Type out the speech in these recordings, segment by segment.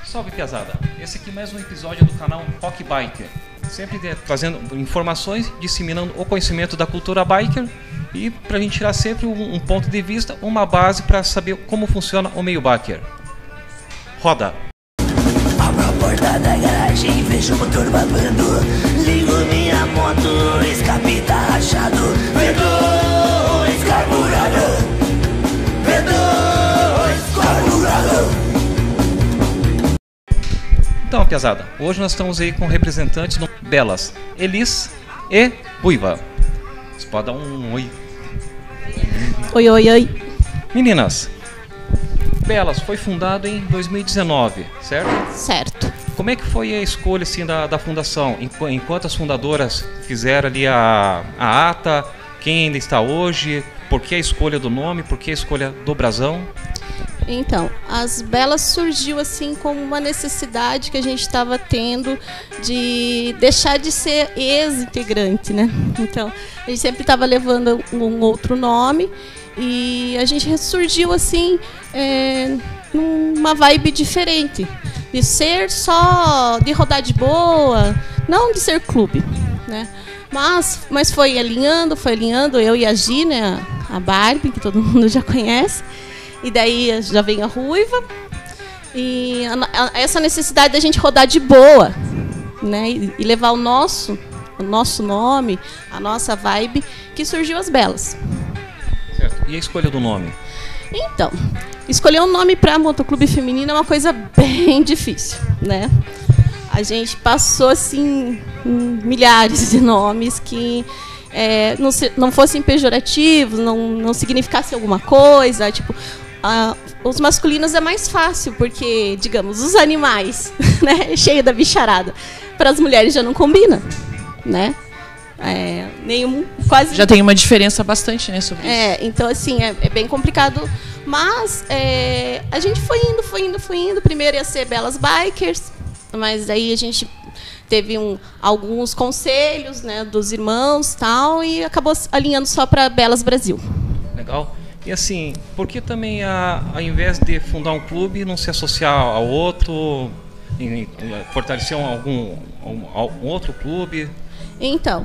Salve, piazada! Esse aqui é mais um episódio do canal Rock Biker. Sempre trazendo informações, disseminando o conhecimento da cultura biker e pra gente tirar sempre um ponto de vista, uma base para saber como funciona o meio biker. Roda! Abro a porta da garagem, vejo o motor babando. Ligo minha moto, escape tá rachado. V2 carburador, V2 carburador. Então, piazada, hoje nós estamos aí com representantes do Belas, Elis e Ruiva. Você pode dar um oi. Oi, oi, oi. Meninas, Belas foi fundado em 2019, certo? Certo. Como é que foi a escolha assim, da fundação? Enquanto as fundadoras fizeram ali a ata, quem ainda está hoje, por que a escolha do nome, por que a escolha do brasão? Então, as Belas surgiu assim como uma necessidade que a gente estava tendo de deixar de ser ex-integrante, né? Então, a gente sempre estava levando um outro nome e a gente ressurgiu assim, numa vibe diferente, de ser só, de rodar de boa, não de ser clube, né? Mas foi alinhando, eu e a Gi, né? A Barbie, que todo mundo já conhece. E daí já vem a Ruiva. E essa necessidade da gente rodar de boa, né? E levar o nosso nome, a nossa vibe, que surgiu as Belas. Certo. E a escolha do nome? Então, escolher um nome para motoclube feminino é uma coisa bem difícil, né? A gente passou, assim, milhares de nomes que não fossem pejorativos, não significassem alguma coisa, tipo... os masculinos é mais fácil, porque, digamos, os animais, né, cheio da bicharada, para as mulheres já não combina, né? Quase. Já tem uma diferença bastante, né, sobre isso. Então, assim, é bem complicado, mas a gente foi indo. Primeiro ia ser Belas Bikers, mas daí a gente teve alguns conselhos, né, dos irmãos tal, e acabou alinhando só para Belas Brasil. Legal. E assim, por que também, ao invés de fundar um clube, não se associar ao outro, fortalecer algum outro clube? Então,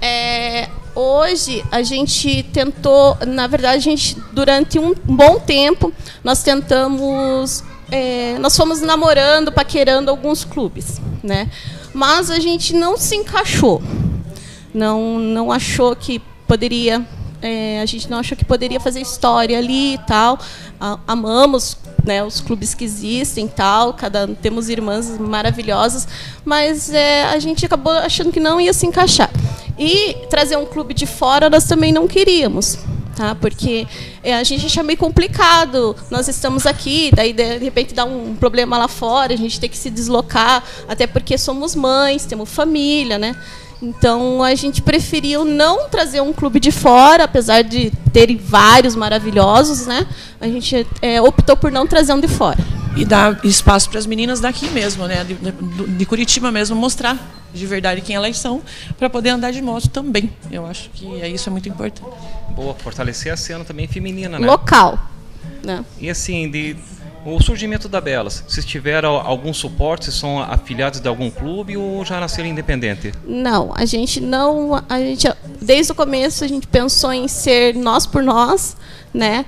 hoje a gente tentou, na verdade, durante um bom tempo, nós tentamos, nós fomos namorando, paquerando alguns clubes, né? Mas a gente não se encaixou, não achou que poderia... a gente não achou que poderia fazer história ali e tal. Amamos, né, os clubes que existem e tal. Temos irmãs maravilhosas, mas a gente acabou achando que não ia se encaixar. E trazer um clube de fora nós também não queríamos, tá? Porque a gente acha meio complicado. Nós estamos aqui, daí de repente dá um problema lá fora, a gente tem que se deslocar, até porque somos mães, temos família, né? Então, a gente preferiu não trazer um clube de fora, apesar de terem vários maravilhosos, né? A gente optou por não trazer um de fora. E dar espaço para as meninas daqui mesmo, né? De Curitiba mesmo, mostrar de verdade quem elas são, para poder andar de moto também. Eu acho que isso é muito importante. Boa, fortalecer a cena também feminina, né? Local, né? E assim, o surgimento da Belas, vocês tiveram algum suporte, vocês são afiliados de algum clube ou já nasceram independente? Não, a gente desde o começo a gente pensou em ser nós por nós, né?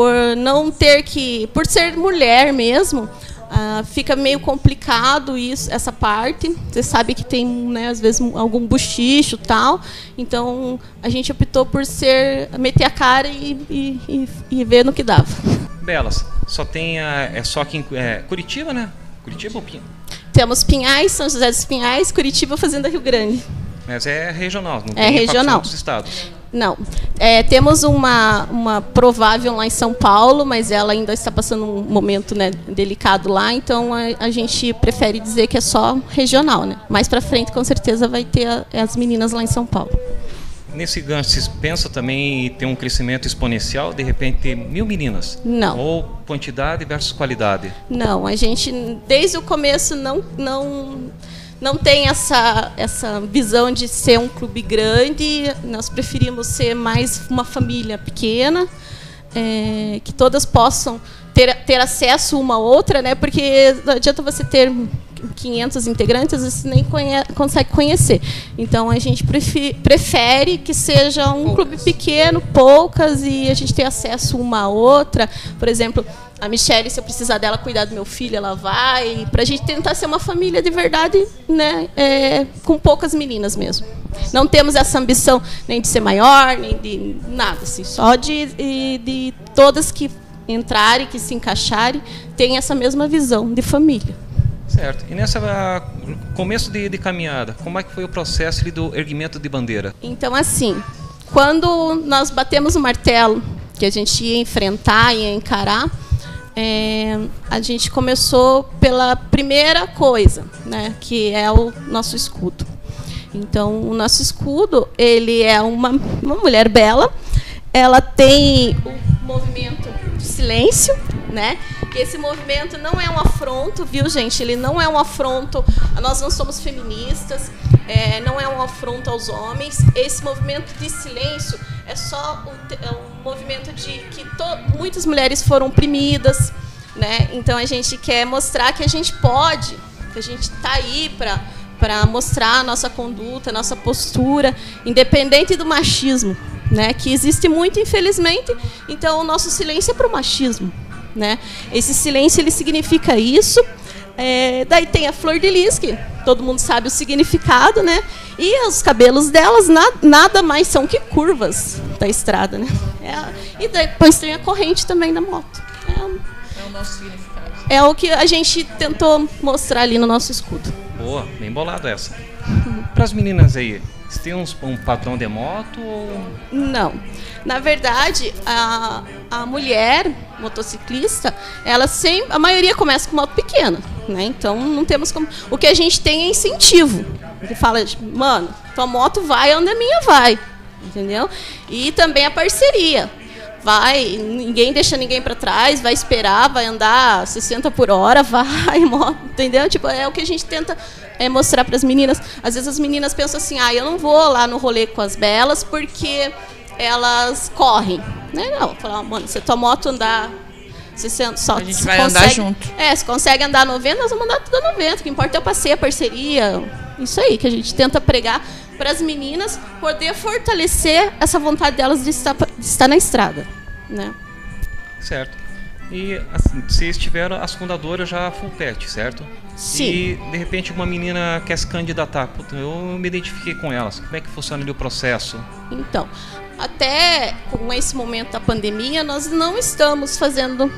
Por ser mulher mesmo, fica meio complicado essa parte. Você sabe que tem, né, às vezes algum bochicho e tal. Então a gente optou por meter a cara e ver no que dava. Belas, só tem só aqui em Curitiba, né? Curitiba ou Pinhais? Temos Pinhais, São José dos Pinhais, Curitiba, Fazenda Rio Grande. Mas é regional, não tem regional. Outros estados. Não. Temos uma provável lá em São Paulo, mas ela ainda está passando um momento, né, delicado lá, então a gente prefere dizer que é só regional, né? Mais para frente, com certeza, vai ter as meninas lá em São Paulo. Nesse gancho, vocês pensam também em ter um crescimento exponencial, de repente ter 1000 meninas? Não. Ou quantidade versus qualidade? Não, a gente, desde o começo, não tem essa visão de ser um clube grande. Nós preferimos ser mais uma família pequena, que todas possam ter ter acesso uma a outra, né? Porque não adianta você ter 500 integrantes, você nem consegue conhecer. Então, a gente prefere que seja um clube pequeno, poucas, e a gente ter acesso uma a outra. Por exemplo, a Michelle, se eu precisar dela cuidar do meu filho, ela vai. Para a gente tentar ser uma família de verdade, né? Com poucas meninas mesmo. Não temos essa ambição nem de ser maior, nem de nada, assim, só de todas que entrarem, que se encaixarem, tenham essa mesma visão de família. Certo. E nessa começo de caminhada, como é que foi o processo do erguimento de bandeira? Então, assim, quando nós batemos o martelo, que a gente ia enfrentar, ia encarar, a gente começou pela primeira coisa, né, que é o nosso escudo. Então, o nosso escudo, ele é uma mulher bela, ela tem o movimento de silêncio, né? Que esse movimento não é um afronto, viu, gente? Ele não é um afronto. Nós não somos feministas, não é um afronto aos homens. Esse movimento de silêncio é só um movimento de que muitas mulheres foram oprimidas, né? Então a gente quer mostrar que a gente pode, que a gente está aí para mostrar a nossa conduta, a nossa postura, independente do machismo, né? Que existe muito, infelizmente. Então o nosso silêncio é para o machismo. Né? Esse silêncio, ele significa isso. Daí tem a Flor de Lis, que todo mundo sabe o significado, né? E os cabelos delas nada mais são que curvas da estrada, né? E depois tem a corrente também da moto. É o nosso significado. É o que a gente tentou mostrar ali no nosso escudo. Boa, bem bolado essa. Para as meninas aí, você tem um padrão de moto? Ou... Não. Na verdade, a mulher motociclista, a maioria começa com moto pequena, né? Então não temos como. O que a gente tem é incentivo. Ele fala, mano, tua moto vai onde a minha vai, entendeu? E também a parceria. Vai, ninguém deixa ninguém para trás, vai esperar, vai andar 60 por hora, vai, entendeu? Tipo, é o que a gente tenta mostrar para as meninas. Às vezes as meninas pensam assim, eu não vou lá no rolê com as belas porque elas correm, né? Não, falar, mano, se a tua moto andar 60, só a gente vai andar junto. Se consegue andar 90, nós vamos andar tudo 90. O que importa é o passeio, a parceria. Isso aí que a gente tenta pregar para as meninas, poder fortalecer essa vontade delas de estar na estrada, né? Certo. E assim, vocês tiveram as fundadoras já full pet, certo? Sim. E de repente uma menina quer se candidatar. Puta, eu me identifiquei com elas. Como é que funciona ali o processo? Então, até com esse momento da pandemia, nós não estamos fazendo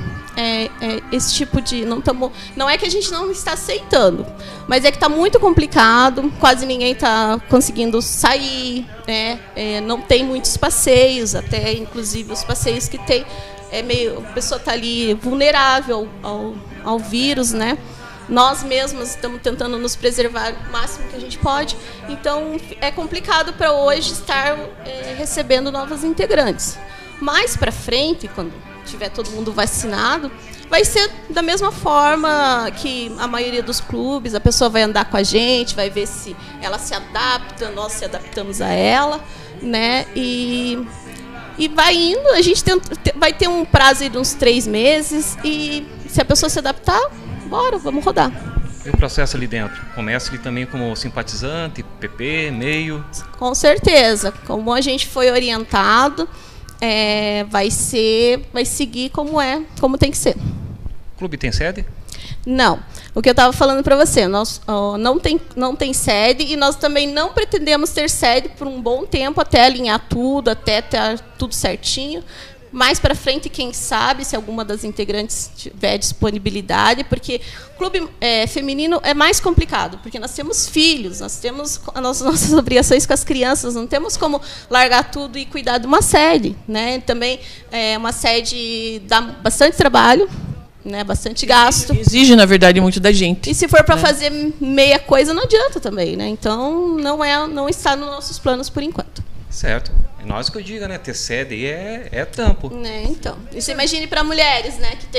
esse tipo de... Não é que a gente não está aceitando, mas é que está muito complicado, quase ninguém está conseguindo sair, não tem muitos passeios, até inclusive os passeios que tem, a pessoa está ali vulnerável ao vírus, né? Nós mesmos estamos tentando nos preservar o máximo que a gente pode. Então, é complicado para hoje estar recebendo novos integrantes. Mais para frente, quando tiver todo mundo vacinado, vai ser da mesma forma que a maioria dos clubes. A pessoa vai andar com a gente, vai ver se ela se adapta, nós se adaptamos a ela, né? E vai indo. A gente vai ter um prazo aí de uns 3 meses. E se a pessoa se adaptar, bora, vamos rodar. E o processo ali dentro? Começa ali também como simpatizante, PP, meio? Com certeza. Como a gente foi orientado, vai seguir como tem que ser. O clube tem sede? Não. O que eu estava falando para você, nós não tem sede e nós também não pretendemos ter sede por um bom tempo, até alinhar tudo, até ter tudo certinho. Mais para frente, quem sabe, se alguma das integrantes tiver disponibilidade, porque clube feminino é mais complicado, porque nós temos filhos, nós temos as nossas obrigações com as crianças, não temos como largar tudo e cuidar de uma sede, né? Também uma sede dá bastante trabalho, né? Bastante gasto. Exige, na verdade, muito da gente. E se for para fazer meia coisa, não adianta também, né? Então, não está nos nossos planos por enquanto. Certo. É nós que eu digo, né? Ter sede aí é tampo. Então. E você imagine para mulheres, né? Que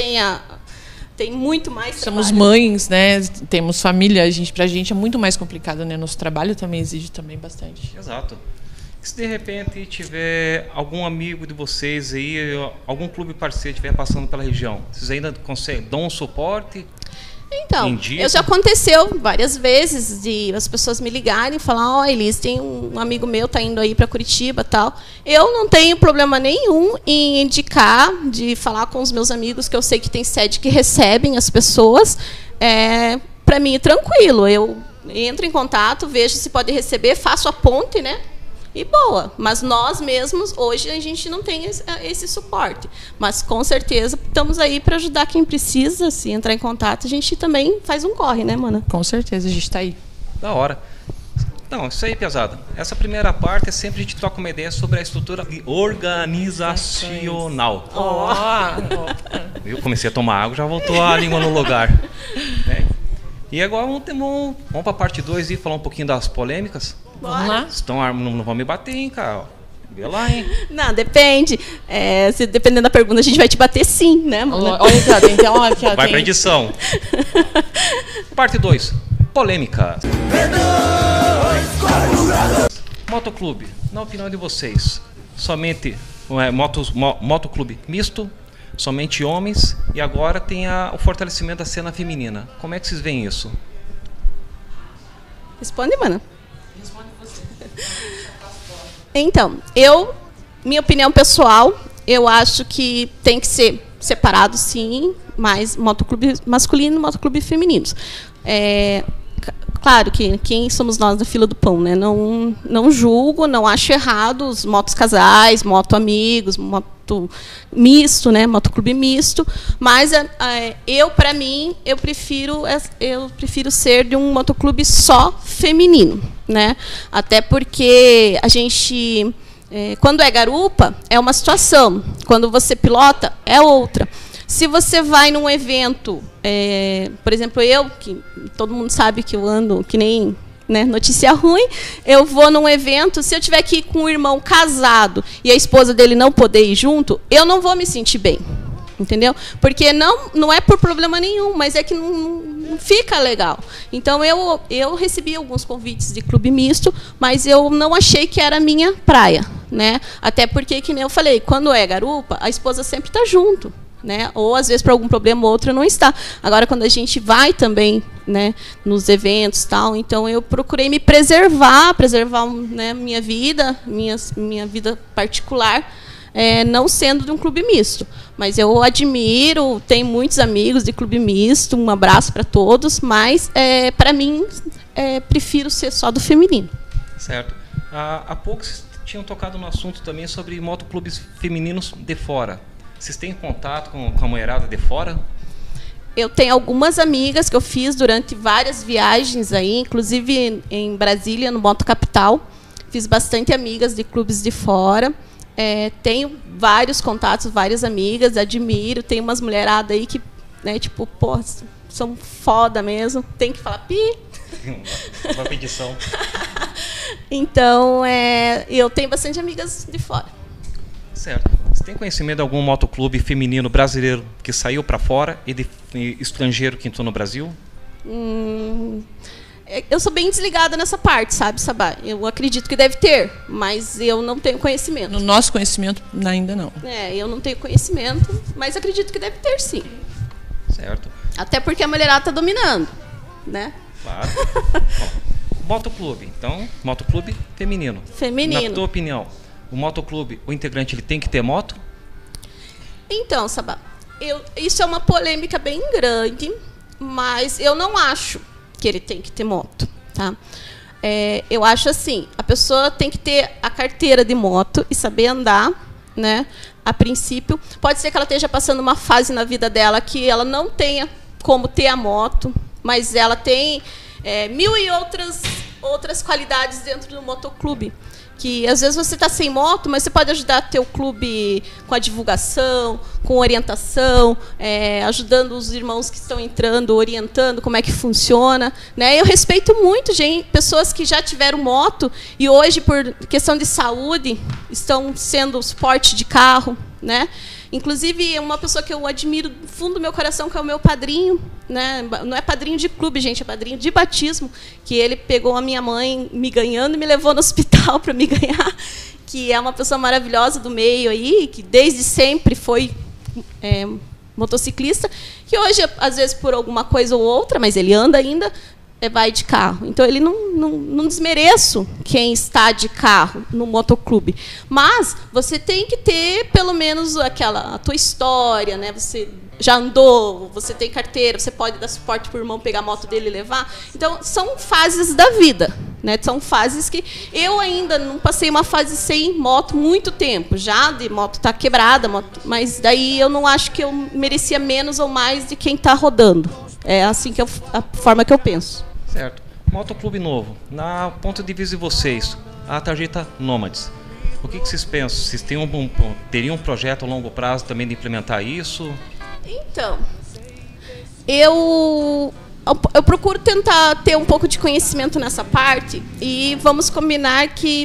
tem muito mais trabalho. Somos mães, né? Temos família. Pra gente é muito mais complicado, né? Nosso trabalho também exige também bastante. Exato. Se de repente tiver algum amigo de vocês aí, algum clube parceiro estiver passando pela região, vocês ainda conseguem, dão um suporte? Então, já aconteceu várias vezes de as pessoas me ligarem e falar, ó, Elis, tem um amigo meu tá indo aí para Curitiba, tal. Eu não tenho problema nenhum em indicar, de falar com os meus amigos que eu sei que tem sede que recebem as pessoas. Para mim é tranquilo. Eu entro em contato, vejo se pode receber, faço a ponte, né? E boa, mas nós mesmos, hoje, a gente não tem esse suporte. Mas, com certeza, estamos aí para ajudar quem precisa. Se entrar em contato, a gente também faz um corre, né, mana? Com certeza, a gente está aí. Da hora. Então, isso aí, pesada. Essa primeira parte é sempre a gente troca uma ideia sobre a estrutura organizacional. Eu comecei a tomar água, já voltou a língua no lugar. E agora vamos para a parte 2 e falar um pouquinho das polêmicas. Vamos lá? Não vão me bater, hein, cara? Vê lá, hein? Não, depende. Se dependendo da pergunta, a gente vai te bater sim, né, mano? Olha aqui, ó, tem até uma aqui, ó. Vai pra edição. Parte 2. Polêmica. Motoclube. Na opinião de vocês, somente motoclube misto, somente homens, e agora tem o fortalecimento da cena feminina. Como é que vocês veem isso? Responde, mana. Então, minha opinião pessoal, eu acho que tem que ser separado, sim, mas motoclube masculino e motoclube femininos. Claro que quem somos nós da fila do pão, né? Não julgo, não acho errado os motos casais, moto amigos, moto misto, né? Motoclube misto, mas para mim, eu prefiro ser de um motoclube só feminino, né? Até porque a gente, quando é garupa, é uma situação, quando você pilota, é outra. Se você vai num evento, por exemplo, que todo mundo sabe que eu ando que nem, né, notícia ruim, eu vou num evento, se eu tiver que ir com um irmão casado e a esposa dele não poder ir junto, eu não vou me sentir bem, entendeu? Porque não é por problema nenhum, mas é que não fica legal. Então, eu recebi alguns convites de clube misto, mas eu não achei que era a minha praia, né? Até porque, que nem eu falei, quando é garupa, a esposa sempre está junto. Né? Ou às vezes por algum problema outra não está. Agora quando a gente vai também, né, nos eventos tal, então eu procurei me preservar, né, minha vida particular, não sendo de um clube misto. Mas eu admiro, tenho muitos amigos de clube misto, um abraço para todos, mas para mim prefiro ser só do feminino. Certo. Há pouco vocês tinham tocado no assunto também sobre motoclubes femininos de fora. Vocês têm contato com a mulherada de fora? Eu tenho algumas amigas que eu fiz durante várias viagens aí, inclusive em Brasília, no Moto Capital. Fiz bastante amigas de clubes de fora. Tenho vários contatos, várias amigas, admiro. Tem umas mulheradas aí que, né, tipo, pô, são foda mesmo. Tem que falar pi. Uma petição. Então, eu tenho bastante amigas de fora. Certo. Você tem conhecimento de algum motoclube feminino brasileiro que saiu para fora e de estrangeiro que entrou no Brasil? Eu sou bem desligada nessa parte, sabe, Sabá? Eu acredito que deve ter, mas eu não tenho conhecimento. No nosso conhecimento, ainda não. Eu não tenho conhecimento, mas acredito que deve ter, sim. Certo. Até porque a mulherada está dominando, né? Claro. Motoclube, então, motoclube feminino. Feminino. Na tua opinião, o motoclube, o integrante, ele tem que ter moto? Então, Sabá, isso é uma polêmica bem grande, mas eu não acho que ele tem que ter moto, tá? Eu acho assim, a pessoa tem que ter a carteira de moto e saber andar, né? A princípio, pode ser que ela esteja passando uma fase na vida dela que ela não tenha como ter a moto, mas ela tem mil e outras qualidades dentro do motoclube. Que às vezes você está sem moto, mas você pode ajudar teu clube com a divulgação, com orientação, ajudando os irmãos que estão entrando, orientando como é que funciona, né? Eu respeito muito pessoas que já tiveram moto e hoje, por questão de saúde, estão sendo suporte de carro, né? Inclusive, uma pessoa que eu admiro do fundo do meu coração, que é o meu padrinho, né? Não é padrinho de clube, gente, é padrinho de batismo, que ele pegou a minha mãe me ganhando e me levou no hospital. ideal para me ganhar, que é uma pessoa maravilhosa do meio aí, que desde sempre foi motociclista, que hoje, às vezes, por alguma coisa ou outra, mas ele anda ainda, vai de carro. Então, ele não desmereço quem está de carro no motoclube. Mas você tem que ter, pelo menos, a tua história, né? Você já andou, você tem carteira, você pode dar suporte para o irmão pegar a moto dele e levar. Então, são fases da vida, né? São fases que eu ainda não passei uma fase sem moto muito tempo, já de moto tá quebrada, mas daí eu não acho que eu merecia menos ou mais de quem está rodando. É assim que a forma que eu penso. Certo. Motoclube novo. Na ponto de vista de vocês, a tarjeta Nômades. O que vocês pensam? Vocês teriam um projeto a longo prazo também de implementar isso? Então, eu procuro tentar ter um pouco de conhecimento nessa parte e vamos combinar que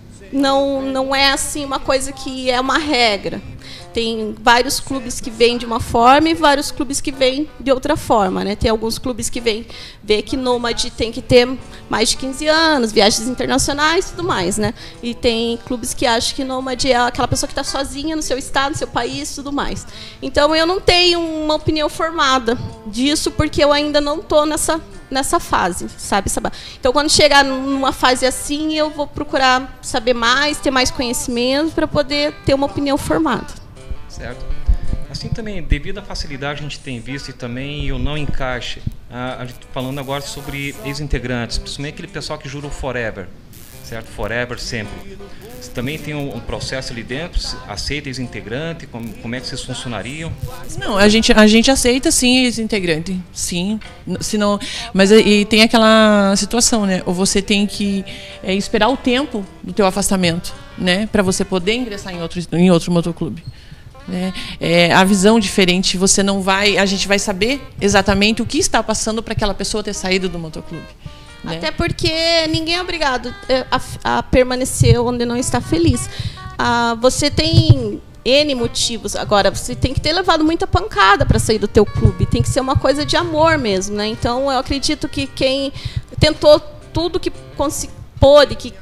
não é assim uma coisa que é uma regra. Tem vários clubes que vêm de uma forma e vários clubes que vêm de outra forma, né? Tem alguns clubes que vê que nômade tem que ter mais de 15 anos, viagens internacionais e tudo mais, né? E tem clubes que acham que nômade é aquela pessoa que está sozinha no seu estado, no seu país e tudo mais. Então, eu não tenho uma opinião formada disso, porque eu ainda não estou nessa fase, sabe? Então, quando chegar numa fase assim, eu vou procurar saber mais, ter mais conhecimento para poder ter uma opinião formada. Certo. Assim também, devido à facilidade que a gente tem visto e também o não encaixe, a gente falando agora sobre ex-integrantes, principalmente aquele pessoal que jura o forever, certo? Forever sempre. Você também tem um processo ali dentro, aceita ex-integrante, como é que vocês funcionariam? Não, a gente aceita sim ex-integrante, sim, se não, mas e tem aquela situação, né? Ou você tem que esperar o tempo do teu afastamento, né, para você poder ingressar em outro motoclube. Né? A visão diferente, a gente vai saber exatamente o que está passando para aquela pessoa ter saído do motoclube. Né? Até porque ninguém é obrigado a permanecer onde não está feliz. Você tem N motivos. Agora, você tem que ter levado muita pancada para sair do teu clube. Tem que ser uma coisa de amor mesmo. Né? Então, eu acredito que quem tentou tudo que pôde, que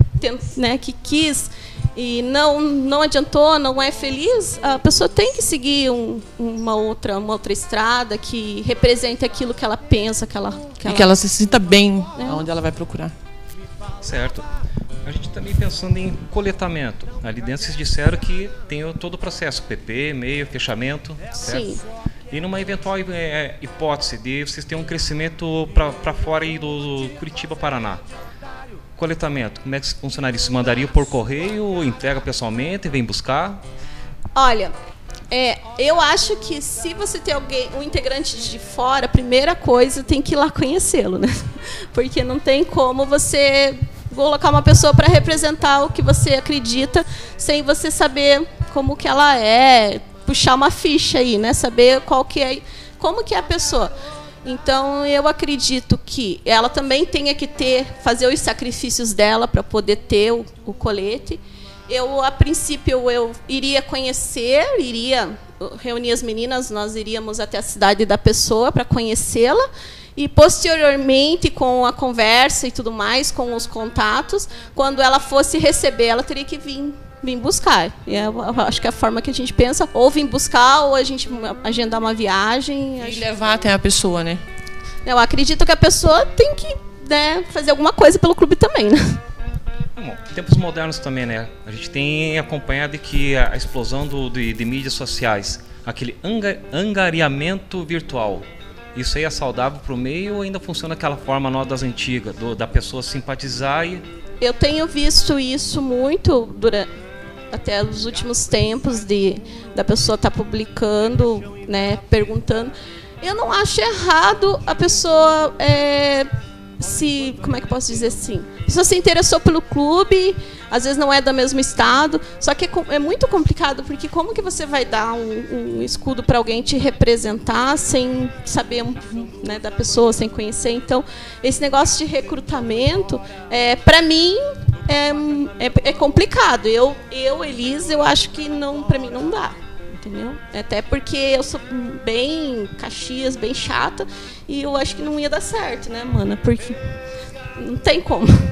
quis, e não adiantou, não é feliz, a pessoa tem que seguir uma outra estrada que represente aquilo que ela pensa, que ela se sinta bem onde ela vai procurar. Certo. A gente também pensando em coletamento. Ali dentro vocês disseram que tem todo o processo, PP, e-mail, fechamento, certo? Sim. E numa eventual hipótese de vocês terem um crescimento para fora aí do Curitiba, Paraná. Coletamento, como é que funcionaria? Se mandaria por correio, entrega pessoalmente, vem buscar? Olha, eu acho que se você tem um integrante de fora, a primeira coisa tem que ir lá conhecê-lo, né? Porque não tem como você colocar uma pessoa para representar o que você acredita sem você saber como que ela é, puxar uma ficha aí, né? Saber como que é a pessoa. Então, eu acredito que ela também tenha que fazer os sacrifícios dela para poder ter o colete. A princípio, eu iria reunir as meninas, nós iríamos até a cidade da pessoa para conhecê-la. E, posteriormente, com a conversa e tudo mais, com os contatos, quando ela fosse receber, ela teria que vir buscar. Eu acho que é a forma que a gente pensa, ou vir buscar, ou a gente agendar uma viagem. E levar até a pessoa, né? Eu acredito que a pessoa tem que, né, fazer alguma coisa pelo clube também, né? Bom, tempos modernos também, né? A gente tem acompanhado que a explosão de mídias sociais, aquele angariamento virtual, isso aí é saudável para o meio ou ainda funciona aquela forma nova das antigas, da pessoa simpatizar e... Eu tenho visto isso muito até os últimos tempos da pessoa estar publicando, né, perguntando. Eu não acho errado a pessoa como é que eu posso dizer assim? A pessoa se interessou pelo clube, às vezes não é do mesmo estado, só que é muito complicado, porque como que você vai dar um escudo para alguém te representar sem saber, né, da pessoa, sem conhecer? Então, esse negócio de recrutamento, para mim, é complicado. Elisa, eu acho que para mim não dá. Entendeu? Até porque eu sou bem Caxias, bem chata, e eu acho que não ia dar certo, né, mana? Porque não tem como.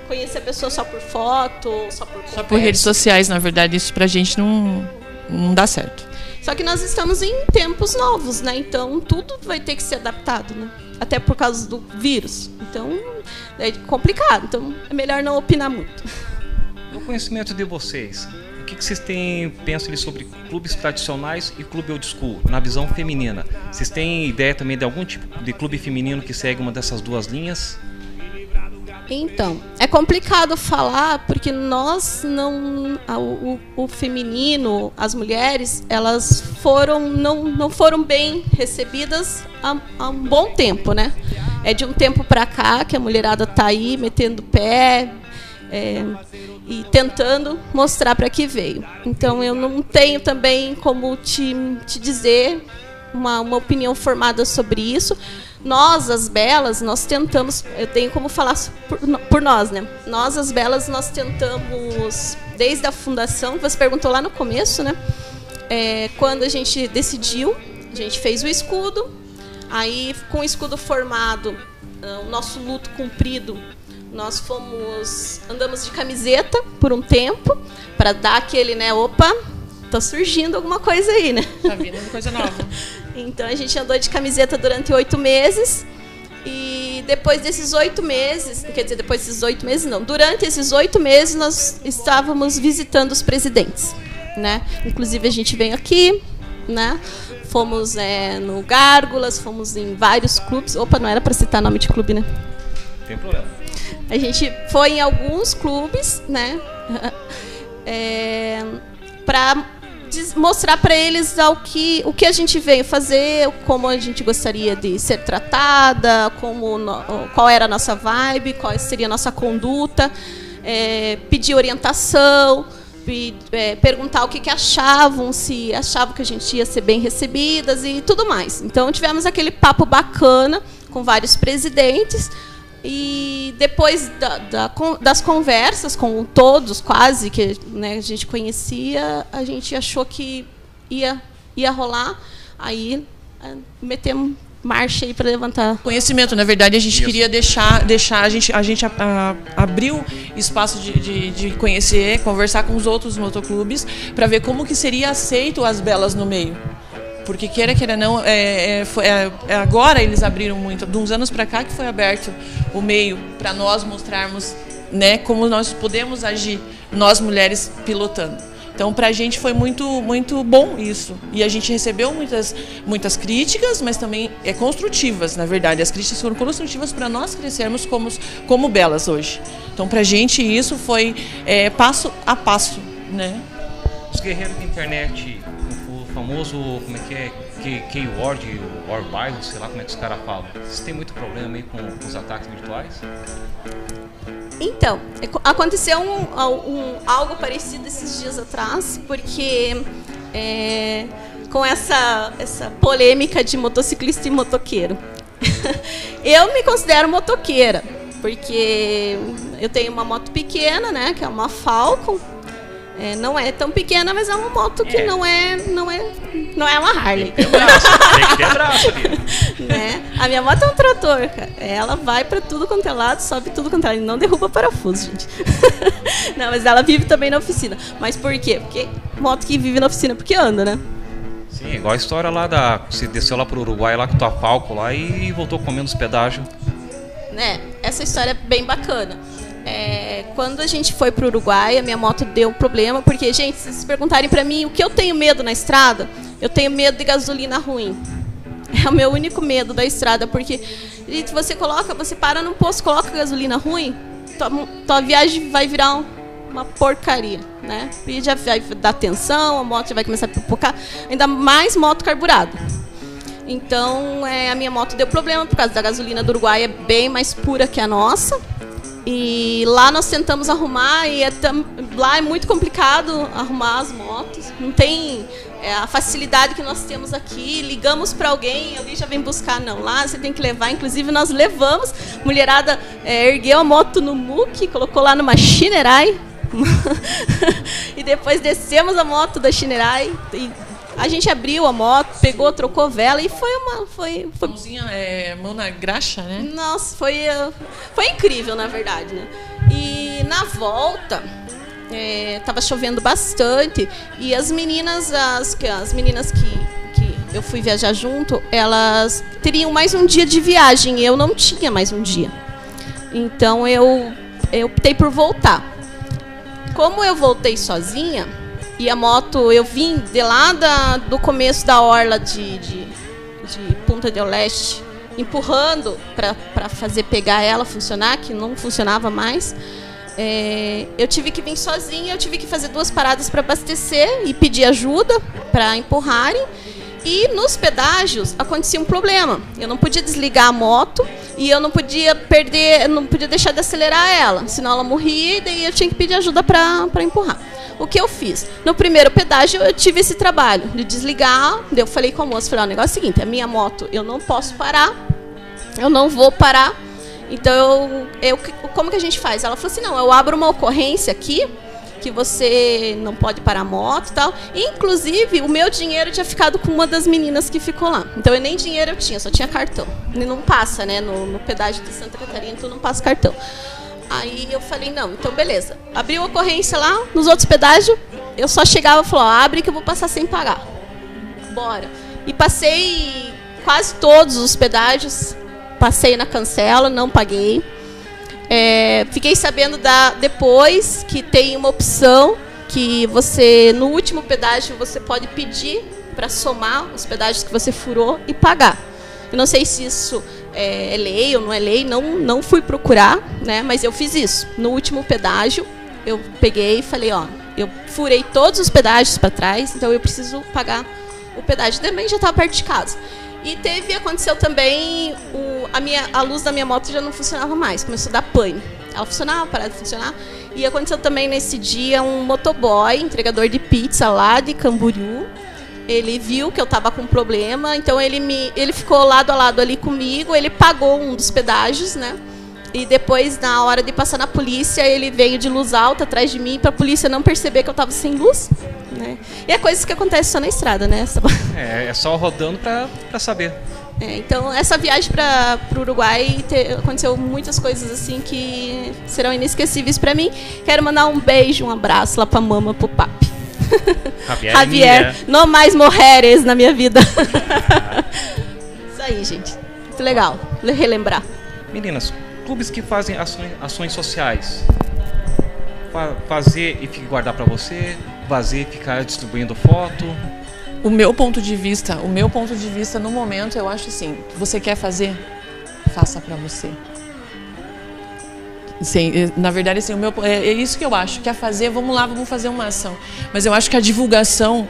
conhecer a pessoa só por foto, só por conversa. Só por redes sociais, na verdade, isso pra gente não dá certo. Só que nós estamos em tempos novos, né? Então tudo vai ter que ser adaptado, né? Até por causa do vírus. Então é complicado. Então é melhor não opinar muito. No conhecimento de vocês, o que vocês pensam ali sobre clubes tradicionais e clube old school, na visão feminina? Vocês têm ideia também de algum tipo de clube feminino que segue uma dessas duas linhas? Então, é complicado falar porque nós não... O feminino, as mulheres, elas não foram bem recebidas há um bom tempo, né? É de um tempo para cá que a mulherada tá aí metendo pé e tentando mostrar para que veio. Então, eu não tenho também como te dizer uma opinião formada sobre isso. Nós, as belas, nós tentamos, eu tenho como falar por nós, né? Nós, as belas, nós tentamos, desde a fundação, que você perguntou lá no começo, né? Quando a gente decidiu, a gente fez o escudo, aí com o escudo formado, o nosso luto cumprido, nós andamos de camiseta por um tempo, para dar aquele, né? Opa, tá surgindo alguma coisa aí, né? Tá vindo coisa nova. Então a gente andou de camiseta durante 8 meses e depois desses 8 meses, quer dizer, depois desses 8 meses não, durante esses 8 meses nós estávamos visitando os presidentes, né? Inclusive a gente veio aqui, né? Fomos no Gárgulas, fomos em vários clubes. Opa, não era para citar nome de clube, né? Tem problema. A gente foi em alguns clubes, né? Para mostrar para eles o que a gente veio fazer, como a gente gostaria de ser tratada, qual era a nossa vibe, qual seria a nossa conduta, pedir orientação, perguntar o que achavam, se achavam que a gente ia ser bem recebidas e tudo mais. Então tivemos aquele papo bacana com vários presidentes. E depois das conversas com todos, quase, que, né, a gente conhecia, a gente achou que ia rolar, aí metemos marcha aí para levantar. Conhecimento, na verdade, a gente queria deixar a gente abriu espaço de conhecer, conversar com os outros motoclubes, para ver como que seria aceito as belas no meio. Porque queira não, agora eles abriram muito, de uns anos para cá que foi aberto o meio para nós mostrarmos, né, como nós podemos agir, nós mulheres pilotando. Então, para a gente foi muito, muito bom isso. E a gente recebeu muitas críticas, mas também construtivas, na verdade. As críticas foram construtivas para nós crescermos como belas hoje. Então, para a gente isso foi passo a passo, né? Os guerreiros da internet, o famoso, como é que é, Keyword, War Baile, sei lá como é que os caras falam. Vocês têm muito problema aí com os ataques virtuais? Então, aconteceu algo parecido esses dias atrás, porque com essa polêmica de motociclista e motoqueiro. Eu me considero motoqueira, porque eu tenho uma moto pequena, né, que é uma Falcon. Não é tão pequena, mas é uma moto que não é uma Harley. Tem que ter braço ali. Né? A minha moto é um trator, cara. Ela vai pra tudo quanto é lado, sobe tudo quanto é lado. E não derruba parafuso, gente. Não, mas ela vive também na oficina. Mas por quê? Porque moto que vive na oficina porque anda, né? Sim, igual a história lá você desceu lá pro Uruguai lá com tua Falcon lá e voltou comendo os pedágios. Né? Essa história é bem bacana. Quando a gente foi para o Uruguai, a minha moto deu problema, porque, gente, se vocês perguntarem para mim o que eu tenho medo na estrada, eu tenho medo de gasolina ruim. É o meu único medo da estrada, porque você para num posto, coloca gasolina ruim, tua viagem vai virar uma porcaria, né? E já vai dar tensão, a moto já vai começar a pipocar, ainda mais moto carburada. Então, a minha moto deu problema por causa da gasolina do Uruguai, é bem mais pura que a nossa. E lá nós tentamos arrumar e lá é muito complicado arrumar as motos. Não tem a facilidade que nós temos aqui. Ligamos para alguém já vem buscar. Não, lá você tem que levar. Inclusive nós levamos. A mulherada ergueu a moto no muque, colocou lá numa Shinerai. E depois descemos a moto da Shinerai. A gente abriu a moto, pegou, trocou vela e foi mãozinha, mão na graxa, né? Nossa, foi incrível, na verdade, né? E na volta, estava chovendo bastante e as meninas que eu fui viajar junto, elas teriam mais um dia de viagem e eu não tinha mais um dia. Então eu optei por voltar. Como eu voltei sozinha e a moto, eu vim de lá do começo da orla de Punta del Este, empurrando para fazer pegar ela funcionar, que não funcionava mais. Eu tive que vir sozinha, eu tive que fazer 2 paradas para abastecer e pedir ajuda para empurrarem. E nos pedágios acontecia um problema. Eu não podia desligar a moto e eu não podia deixar de acelerar ela, senão ela morria e daí eu tinha que pedir ajuda para empurrar. O que eu fiz? No primeiro pedágio eu tive esse trabalho de desligar. Eu falei com a moça, falei, o negócio é o seguinte, a minha moto eu não posso parar, eu não vou parar. Então, como que a gente faz? Ela falou assim, não, eu abro uma ocorrência aqui, que você não pode parar a moto e tal. Inclusive, o meu dinheiro tinha ficado com uma das meninas que ficou lá. Então, nem dinheiro eu tinha, só tinha cartão. E não passa, né? No pedágio de Santa Catarina, tu não passa cartão. Aí eu falei, não, então beleza. Abri a ocorrência lá, nos outros pedágios, eu só chegava e falava, abre que eu vou passar sem pagar. Bora. E passei quase todos os pedágios, passei na cancela, não paguei. Fiquei sabendo depois que tem uma opção que você, no último pedágio, você pode pedir para somar os pedágios que você furou e pagar. Eu não sei se isso é lei ou não é lei, não fui procurar, né? Mas eu fiz isso. No último pedágio, eu peguei e falei, ó, eu furei todos os pedágios para trás, então eu preciso pagar o pedágio. Também já estava perto de casa. E aconteceu também, a luz da minha moto já não funcionava mais, começou a dar pane. Ela funcionava, parava de funcionar. E aconteceu também nesse dia um motoboy, entregador de pizza lá de Camboriú. Ele viu que eu estava com problema, então ele ficou lado a lado ali comigo, ele pagou um dos pedágios, né? E depois, na hora de passar na polícia, ele veio de luz alta atrás de mim para a polícia não perceber que eu estava sem luz. Né? E é coisas que acontecem só na estrada, né? É só rodando para saber. Então, essa viagem para o Uruguai aconteceu muitas coisas assim que serão inesquecíveis para mim. Quero mandar um beijo, um abraço lá para a mama, para o papi. Javier, não mais mulheres na minha vida. Isso aí, gente. Muito legal relembrar. Meninas, clubes que fazem ações sociais, fazer e guardar para você, fazer e ficar distribuindo foto. O meu ponto de vista no momento, eu acho assim, você quer fazer, faça para você. Sim, na verdade, assim, é isso que eu acho. Quer fazer, vamos lá, vamos fazer uma ação. Mas eu acho que a divulgação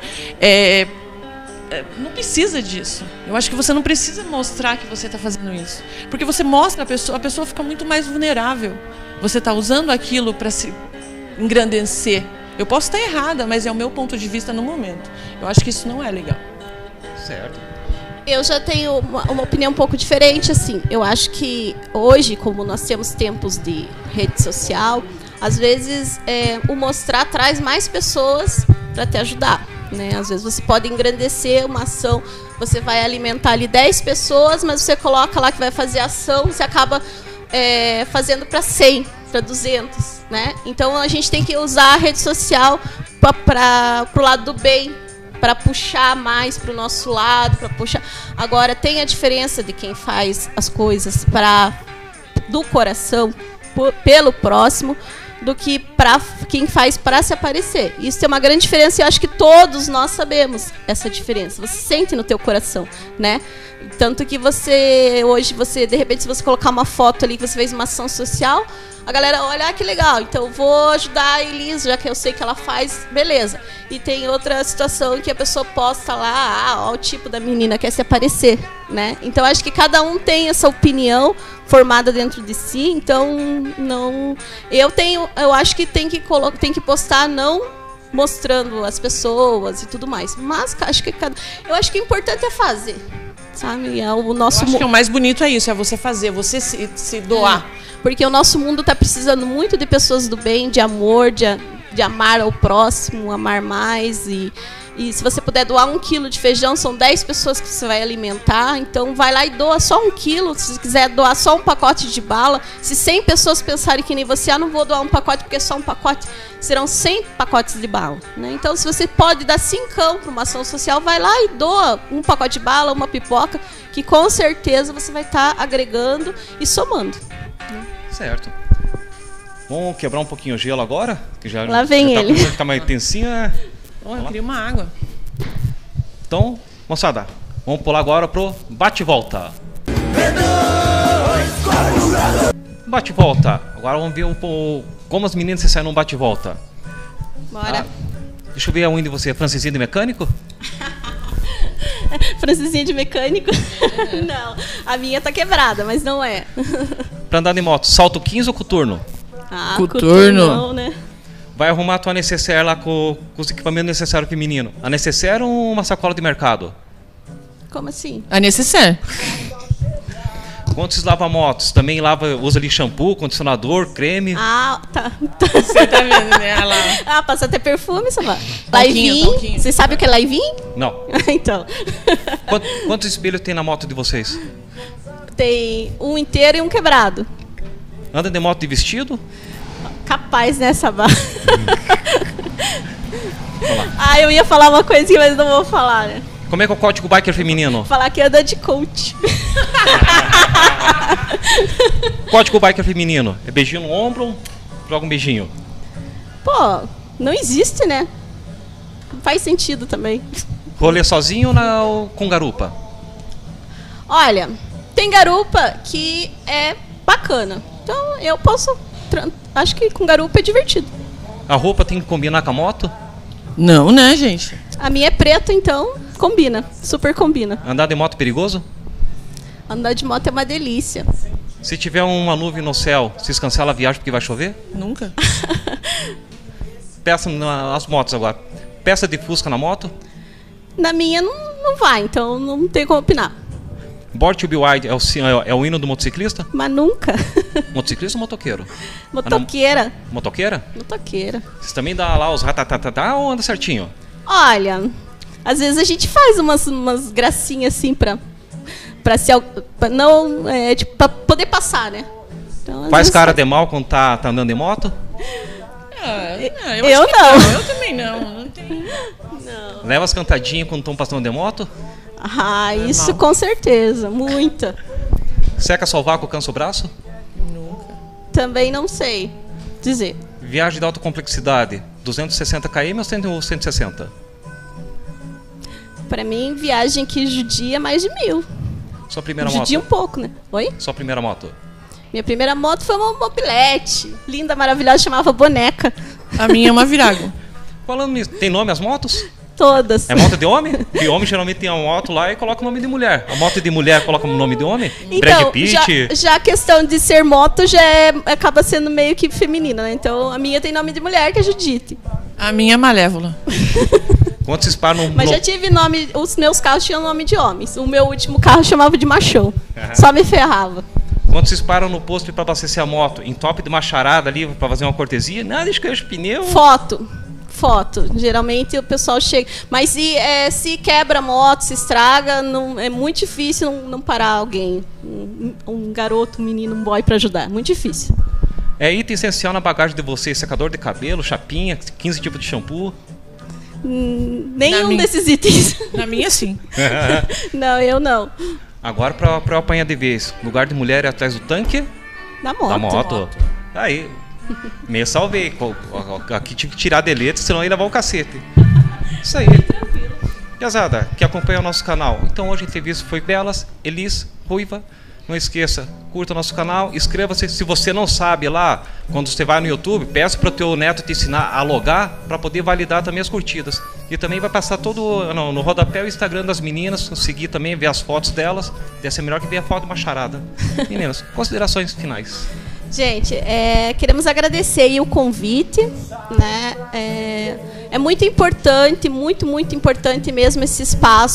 não precisa disso. Eu acho que você não precisa mostrar que você está fazendo isso. Porque você mostra a pessoa fica muito mais vulnerável. Você está usando aquilo para se engrandecer. Eu posso estar errada, mas é o meu ponto de vista no momento. Eu acho que isso não é legal. Certo. Eu já tenho uma opinião um pouco diferente, assim. Eu acho que hoje, como nós temos tempos de rede social, às vezes o mostrar traz mais pessoas para te ajudar, né? Às vezes você pode engrandecer uma ação, você vai alimentar ali 10 pessoas, mas você coloca lá que vai fazer ação, você acaba fazendo para 100, para 200, né? Então a gente tem que usar a rede social para o lado do bem, para puxar mais para o nosso lado, para puxar. Agora tem a diferença de quem faz as coisas do coração, pelo próximo, do que para quem faz para se aparecer. Isso tem uma grande diferença e eu acho que todos nós sabemos essa diferença. Você sente no teu coração, né? Tanto que hoje, de repente, se você colocar uma foto ali que você fez uma ação social, a galera olha, que legal, então eu vou ajudar a Elisa, já que eu sei que ela faz, beleza. E tem outra situação que a pessoa posta lá, ó, o tipo da menina quer se aparecer, né? Então acho que cada um tem essa opinião formada dentro de si, então eu acho que tem que postar não mostrando as pessoas e tudo mais. Mas eu acho que o importante é fazer. Sabe? Eu acho que o mais bonito é isso, é você fazer, você se doar. Porque o nosso mundo está precisando muito de pessoas do bem, de amor, de amar ao próximo, amar mais. E se você puder doar 1 quilo de feijão, são 10 pessoas que você vai alimentar. Então vai lá e doa só 1 quilo. Se você quiser doar só um pacote de bala, se 100 pessoas pensarem que nem você, não vou doar um pacote porque é só um pacote, serão 100 pacotes de bala, né? Então se você pode dar 5 para uma ação social, vai lá e doa um pacote de bala, uma pipoca, que com certeza você vai estar agregando e somando. Certo. Vamos quebrar um pouquinho o gelo agora? Que já, Lá vem já ele. Tá mais tensinha. Oh, eu queria uma água. Então, moçada, vamos pular agora pro bate-volta. Bate-volta. Agora vamos ver como as meninas se saem num bate-volta. Bora. Deixa eu ver aonde você é. Francesinha de mecânico? Francesinha de mecânico? Não, a minha tá quebrada, mas não é. Pra andar de moto, salto 15 ou coturno? Ah, Coturno. não, né? Vai arrumar a tua necessaire lá com os equipamentos necessários pro menino. A necessaire ou uma sacola de mercado? Como assim? A necessaire. Quando vocês lavam motos, também usa ali shampoo, condicionador, creme. Ah, tá. Você tá vendo, né? Ela... Ah, passa até perfume, Sabá. Talquinho, Live-in. talquinho. Você sabe o que é live-in? Não. Então. Quantos espelhos tem na moto de vocês? Tem um inteiro e um quebrado. Anda de moto de vestido? Capaz, né, Sabá? Ah, eu ia falar uma coisinha, mas não vou falar, né? Como é que é o código biker feminino? Falar que anda de coach. Código biker feminino. É beijinho no ombro, joga um beijinho. Pô, não existe, né? Não faz sentido também. Rolê sozinho ou com garupa? Olha, tem garupa que é bacana. Então eu posso... Acho que com garupa é divertido. A roupa tem que combinar com a moto? Não, né, gente? A minha é preta, então combina. Super combina. Andar de moto perigoso? Andar de moto é uma delícia. Se tiver uma nuvem no céu, vocês cancelam a viagem porque vai chover? Nunca. Peça nas motos agora. Peça de Fusca na moto? Na minha não vai, então não tem como opinar. Born to be Wild é o hino do motociclista? Mas nunca. Motociclista ou motoqueiro? Motoqueira. Motoqueira? Motoqueira. Vocês também dá lá os ratatatá ou anda certinho? Olha, às vezes a gente faz umas gracinhas assim pra não, tipo, pra poder passar, né? Então, Faz cara de mal quando tá andando de moto? Eu não. Eu também não tenho. Não. Leva as cantadinhas quando estão passando de moto? Ah, isso com certeza, muita. Seca sovaco, cansa o braço? Também não sei dizer. Viagem de alta complexidade, 260 km ou 160? Pra mim, viagem que judia mais de 1000. Sua primeira Judia um moto? pouco, né? Oi? Sua primeira moto? Minha primeira moto foi uma mobilete. Linda, maravilhosa, chamava Boneca. A minha é uma Virago. Falando nisso, tem nome as motos? Todas. É moto de homem? Porque homem geralmente tem uma moto lá e coloca o nome de mulher. A moto de mulher coloca o nome de homem? Então, Brad Pitt? já a questão de ser moto já acaba sendo meio que feminina, né? Então a minha tem nome de mulher, que é Judite. A minha é Malévola. Quando vocês param Mas já tive nome, os meus carros tinham nome de homens. O meu último carro chamava de machão. Só me ferrava. Quando vocês param no posto para abastecer a moto, em top de uma charada ali para fazer uma cortesia, nada, deixa que eu encho o pneu. Foto. Geralmente o pessoal chega. Mas se quebra a moto, se estraga, é muito difícil não parar alguém. Um garoto, um menino, um boy para ajudar. Muito difícil. É item essencial na bagagem de vocês: secador de cabelo, chapinha, 15 tipos de shampoo. Nenhum desses itens. Na minha, sim. Não, eu não. Agora para eu apanhar de vez: lugar de mulher é atrás do tanque Na moto. da moto. Aí, meio salvei. Aqui tive que tirar de letra, senão ia levar o cacete. Isso aí. Piazada, que acompanha o nosso canal. Então hoje a entrevista foi Belas, Elis, Ruiva. Não esqueça, curta o nosso canal, inscreva-se. Se você não sabe lá, quando você vai no YouTube, peça para o teu neto te ensinar a logar para poder validar também as curtidas. E também vai passar todo no rodapé o Instagram das meninas, seguir também, ver as fotos delas. Deve ser melhor que ver a foto de uma charada. Meninas, considerações finais. Gente, queremos agradecer aí o convite, né? É muito importante, muito importante mesmo esse espaço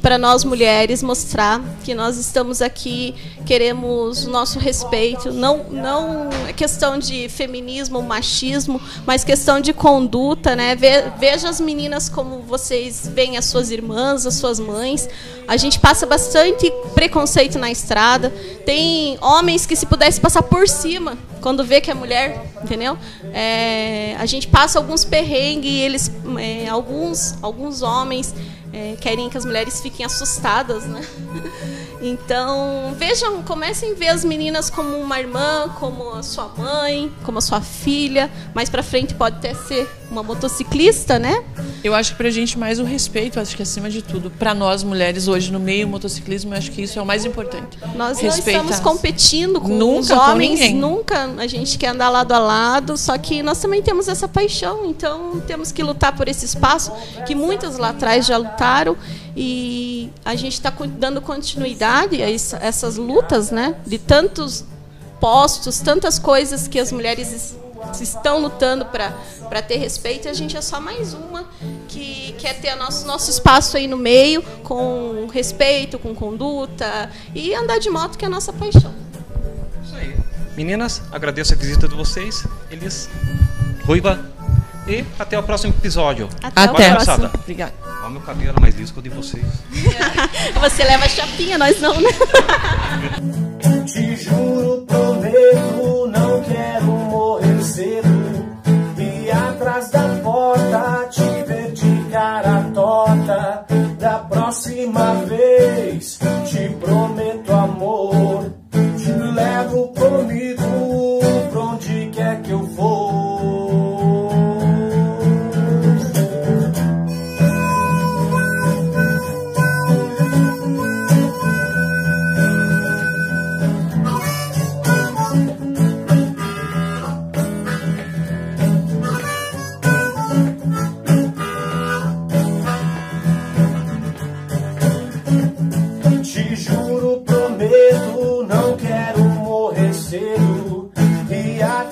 para nós mulheres mostrar que nós estamos aqui, queremos o nosso respeito, não é questão de feminismo, machismo, mas questão de conduta, né? Veja as meninas como vocês veem as suas irmãs, as suas mães. A gente passa bastante preconceito na estrada. Tem homens que, se pudesse passar por cima quando vê que é mulher, entendeu? A gente passa alguns perrengues e eles, alguns homens querem que as mulheres fiquem assustadas, né? Então, vejam, comecem a ver as meninas como uma irmã, como a sua mãe, como a sua filha. Mais pra frente pode até ser uma motociclista, né? Eu acho que pra gente mais o respeito, acho que acima de tudo. Pra nós mulheres hoje no meio motociclismo, eu acho que isso é o mais importante. Nós não estamos competindo com os Nunca, homens, com ninguém. nunca. A gente quer andar lado a lado, só que nós também temos essa paixão, então temos que lutar por esse espaço, que muitas lá atrás já lutaram, e a gente está dando continuidade a essas lutas, né? De tantos postos, tantas coisas que as mulheres estão lutando para ter respeito, e a gente é só mais uma que quer ter nosso espaço aí no meio, com respeito, com conduta, e andar de moto, que é a nossa paixão. Isso aí. Meninas, agradeço a visita de vocês, Elis, Ruiva, e até o próximo episódio. Até o próximo. Obrigada. Olha o meu cabelo era mais liso que o de vocês. Você leva a chapinha, nós não, né? Te juro, prometo, não quero morrer cedo. E atrás da porta te ver de cara torta. Da próxima vez te prometo amor. Te levo comigo pra onde quer que eu for. Te juro, prometo, não quero morrer cedo. E